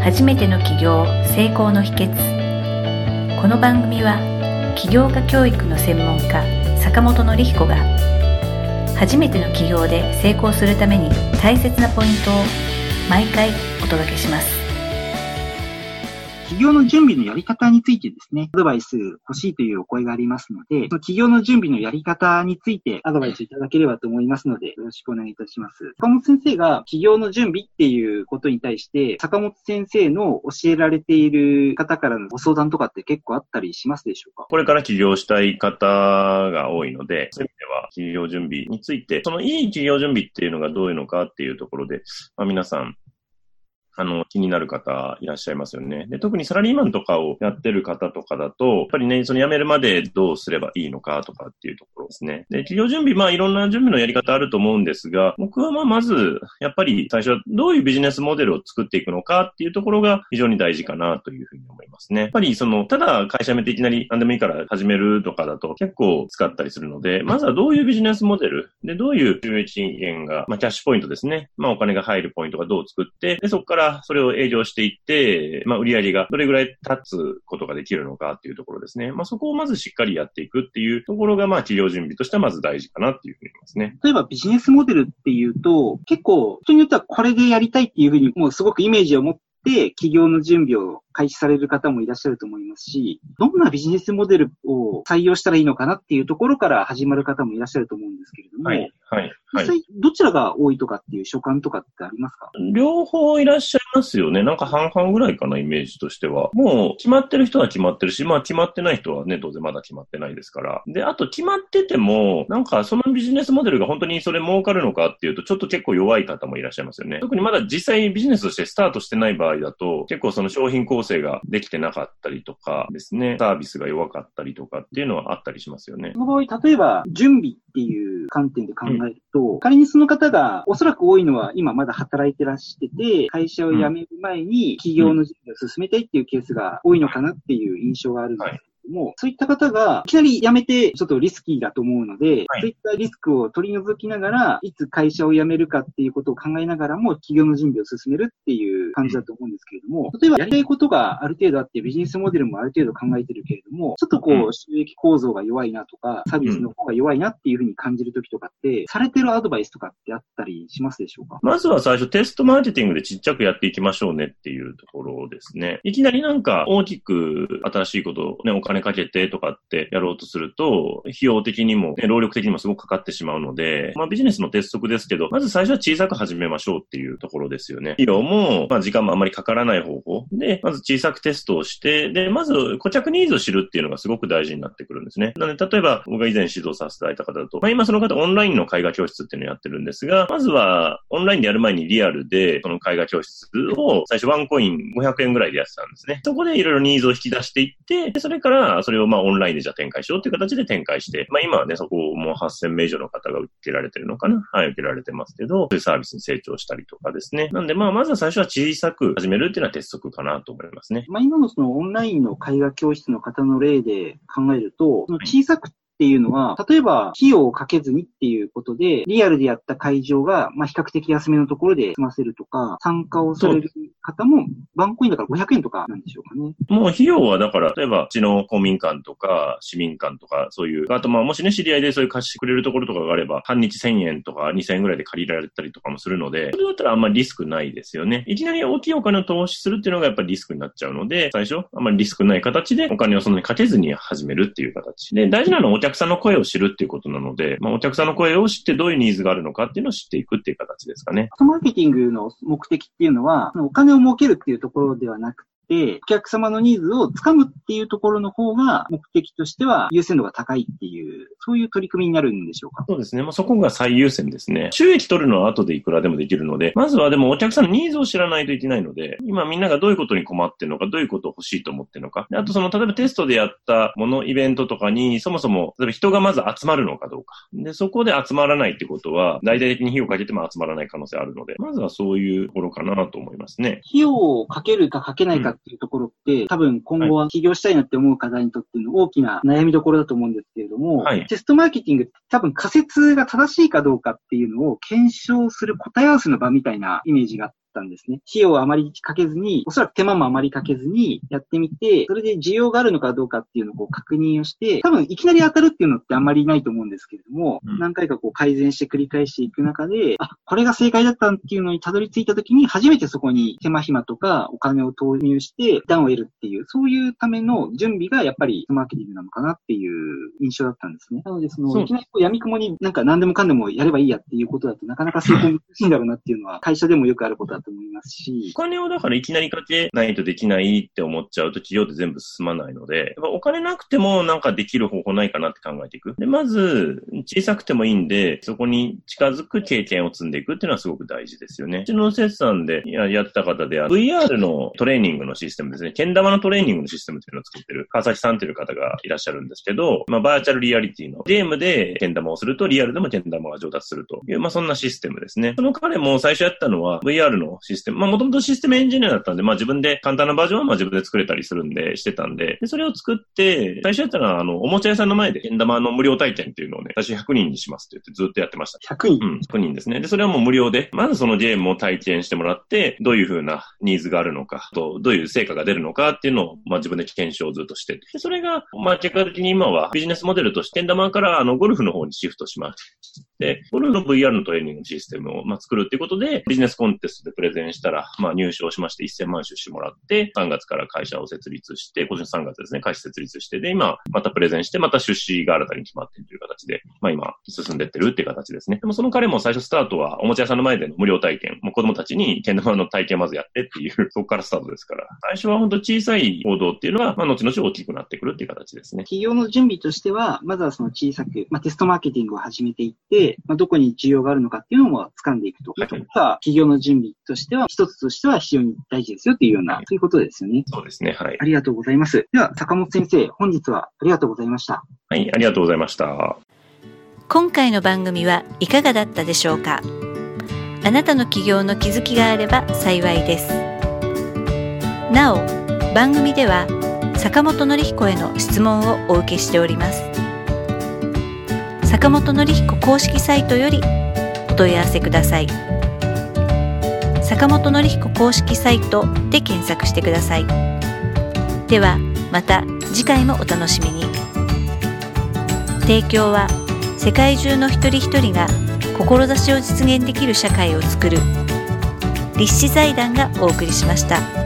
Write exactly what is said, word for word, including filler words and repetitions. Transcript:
初めての起業成功の秘訣。この番組は起業家教育の専門家坂本典彦が初めての起業で成功するために大切なポイントを毎回お届けします。 起業の準備のやり方についてですね、アドバイス欲しいというお声がありますので、その起業の準備のやり方についてアドバイスいただければと思いますので、よろしくお願いいたします。坂本先生が起業の準備っていうことに対して、坂本先生の教えられている方からのご相談とかって結構あったりしますでしょうか？ これから起業したい方が多いので、そういう意味では起業準備について、そのいい起業準備っていうのがどういうのかっていうところで、まあ、皆さん、あの、気になる方いらっしゃいますよね。で、特にサラリーマンとかをやってる方とかだと、やっぱりね、その辞めるまでどうすればいいのかとかっていうところですね。で、起業準備、まあいろんな準備のやり方あると思うんですが、僕はまあまず、やっぱり最初はどういうビジネスモデルを作っていくのかっていうところが非常に大事かなというふうに思いますね。やっぱりその、ただ会社辞めていきなり何でもいいから始めるとかだと結構使ったりするので、まずはどういうビジネスモデルで、どういう収益源が、まあキャッシュポイントですね。まあお金が入るポイントがどう作って、で、そこからそれを営業していって、まあ、売り上げがどれぐらい立つことができるのかっていうところですね。まあ、そこをまずしっかりやっていくっていうところが、まあ、起業準備としてはまず大事かなっていうふうに思いますね。 例えばビジネスモデルっていうと、結構人によってはこれでやりたいっていうふうにもうすごくイメージを持って起業の準備を開始される方もいらっしゃると思いますし、どんなビジネスモデルを採用したらいいのかなっていうところから始まる方もいらっしゃると思うんですけれども、 はい、はい、 実際どちらが多いとかっていう所感とかってありますか？ 両方いらっしゃいますよね。なんか半々ぐらいかな、イメージとしては。もう決まってる人は決まってるし、まあ決まってない人はね、当然まだ決まってないですから。で、あと決まってても、なんかそのビジネスモデルが本当にそれ儲かるのかっていうと、ちょっと結構弱い方もいらっしゃいますよね。特にまだ実際ビジネスとしてスタートしてない場合だと、結構その商品構成ができてなかったりとかですね、サービスが弱かったりとかっていうのはあったりしますよね。 その場合、例えば準備っていう観点で考えると、うん、仮にその方がおそらく多いのは今まだ働いてらしてて、会社を辞める前に起業の準備を進めたいっていうケースが多いのかなっていう印象があるんです。はいもそういった方がいきなり辞めてちょっとリスキーだと思うので、はい、そういったリスクを取り除きながら、いつ会社を辞めるかっていうことを考えながらも起業の準備を進めるっていう感じだと思うんですけれども、例えばやりたいことがある程度あってビジネスモデルもある程度考えてるけれども、ちょっとこう収益構造が弱いなとか、サービスの方が弱いなっていうふうに感じるときとかって、されてるアドバイスとかってあったりしますでしょうか？ まずは最初テストマーケティングでちっちゃくやっていきましょうねっていうところですね。いきなりなんか大きく新しいことをね、お金かけてとかってやろうとすると、費用的にも、ね、労力的にもすごくかかってしまうので、まあビジネスの鉄則ですけど、まず最初は小さく始めましょうっていうところですよね。費用も、まあ時間もあんまりかからない方法で、まず小さくテストをして、で、まず顧客ニーズを知るっていうのがすごく大事になってくるんですね。なので、例えば僕が以前指導させていただいた方だと、まあ今その方オンラインの絵画教室っていうのをやってるんですが、まずはオンラインでやる前にリアルで、その絵画教室を最初ワンコインごひゃくえんぐらいでやってたんですね。そこでいろいろニーズを引き出していって、でそれからそれをまあオンラインでじゃあ展開しようっていう形で展開して、まあ今はね、そこをもうはっせんめい以上の方が受けられてるのかなはい、受けられてますけど、そういうサービスに成長したりとかですね。なんでまあまずは最初は小さく始めるっていうのは鉄則かなと思いますね。 まあ今のそのオンラインの絵画教室の方の例で考えると、小さくっていうのは、例えば費用をかけずにっていうことで、リアルでやった会場が、まあ比較的安めのところで済ませるとか、参加をされる方も、ワンコインだからごひゃくえんとかなんでしょうかね。 もう費用はだから、例えば、うちの公民館とか、市民館とか、そういう、あとまあもしね、知り合いでそういう貸してくれるところとかがあれば、半日せんえんとかにせんえんぐらいで借りられたりとかもするので、それだったらあんまりリスクないですよね。いきなり大きいお金を投資するっていうのがやっぱりリスクになっちゃうので、最初、あんまりリスクない形でお金をそんなにかけずに始めるっていう形。で、大事なのはお客さんの声を知るっていうことなので、まあ、お客さんの声を知ってどういうニーズがあるのかっていうのを知っていくっていう形ですかね。 マーケティングの目的っていうのは、お金を儲けるっていうところではなくて、お客様のニーズをつかむっていうところの方が目的としては優先度が高いっていう、そういう取り組みになるんでしょうか？ そうですね。まあ、そこが最優先ですね。収益取るのは後でいくらでもできるので、まずはでもお客さんのニーズを知らないといけないので、今みんながどういうことに困ってるのか、どういうことを欲しいと思ってるのか。あとその、例えばテストでやったもの、イベントとかに、そもそも、例えば人がまず集まるのかどうか。で、そこで集まらないってことは、大々的に費用をかけても集まらない可能性あるので、まずはそういうところかなと思いますね。 費用をかけるかかけないかっていうところって、うん多分今後は起業したいなって思う方にとっての大きな悩みどころだと思うんですけれども、はい、テストマーケティングって多分仮説が正しいかどうかっていうのを検証する答え合わせの場みたいなイメージがあっったんですね。費用をあまりかけずに、おそらく手間もあまりかけずにやってみて、それで需要があるのかどうかっていうのをこう確認をして、多分いきなり当たるっていうのってあんまりないと思うんですけれども、うん、何回かこう改善して繰り返していく中で、あ、これが正解だったっていうのにたどり着いた時に、初めてそこに手間暇とかお金を投入して段を得るっていう、そういうための準備がやっぱりマーケティングなのかなっていう印象だったんですね。なので、その、いきなりこう闇雲になんか何でもかんでもやればいいやっていうことだとなかなか成功難しいんだろうなっていうのは会社でもよくあることだと思いますし。 お金をだからいきなりかけないとできないって思っちゃうと企業って全部進まないので、やっぱお金なくてもなんかできる方法ないかなって考えていく。で、まず、小さくてもいいんで、そこに近づく経験を積んでいくっていうのはすごく大事ですよね。うちの設算でややった方で、ブイアール のトレーニングのシステムですね。けん玉のトレーニングのシステムっていうのを作ってる川崎さんという方がいらっしゃるんですけど、まあ、バーチャルリアリティのゲームでけん玉をするとリアルでもけん玉が上達するという、まあ、そんなシステムですね。その彼も最初やったのは ブイアール のシステム。まあ、もともとシステムエンジニアだったんで、まあ、自分で簡単なバージョンはまあ自分で作れたりするんで、してたんで、でそれを作って、最初やったのは、あの、おもちゃ屋さんの前でけん玉の無料体験っていうのをね、最初ひゃくにんにしますって言ってずっとやってました。 ひゃくにん？ うん、ひゃくにんですね。で、それはもう無料で、まずそのゲームを体験してもらって、どういう風なニーズがあるのか、とどういう成果が出るのかっていうのを、まあ自分で検証をずっとして、でそれが、まあ結果的に今はビジネスモデルとしてけん玉からあのゴルフの方にシフトしまして、ゴルフの ブイアール のトレーニングのシステムをまあ作るっていうことで、ビジネスコンテストでプレゼンしたら、まあ入賞しましてせんまん出資もらって、さんがつから会社を設立して、今年のさんがつですね、会社設立して、で、今、またプレゼンして、また出資が新たに決まっているという形で、まあ今、進んでってるっていう形ですね。でもその彼も最初スタートは、おもちゃ屋さんの前での無料体験、もう子供たちにけん玉の体験をまずやってっていう、そこからスタートですから、最初は本当小さい行動っていうのは、まあ後々大きくなってくるっていう形ですね。 企業の準備としては、まずはその小さく、まあテストマーケティングを始めていって、まあどこに需要があるのかっていうのも掴んでいくと。はい、企業の準備としては、一つとしては非常に大事ですよっていうような、そういうことですよね。 そうですね。はい。 ありがとうございます。では、坂本先生、本日はありがとうございました。 はい、ありがとうございました。 今回の番組はいかがだったでしょうか。あなたの企業の気づきがあれば幸いです。なお、番組では坂本典彦への質問をお受けしております。坂本典彦公式サイトよりお問い合わせください。坂本典彦公式サイトで検索してください。ではまた次回もお楽しみに。提供は世界中の一人一人が志を実現できる社会をつくる立志財団がお送りしました。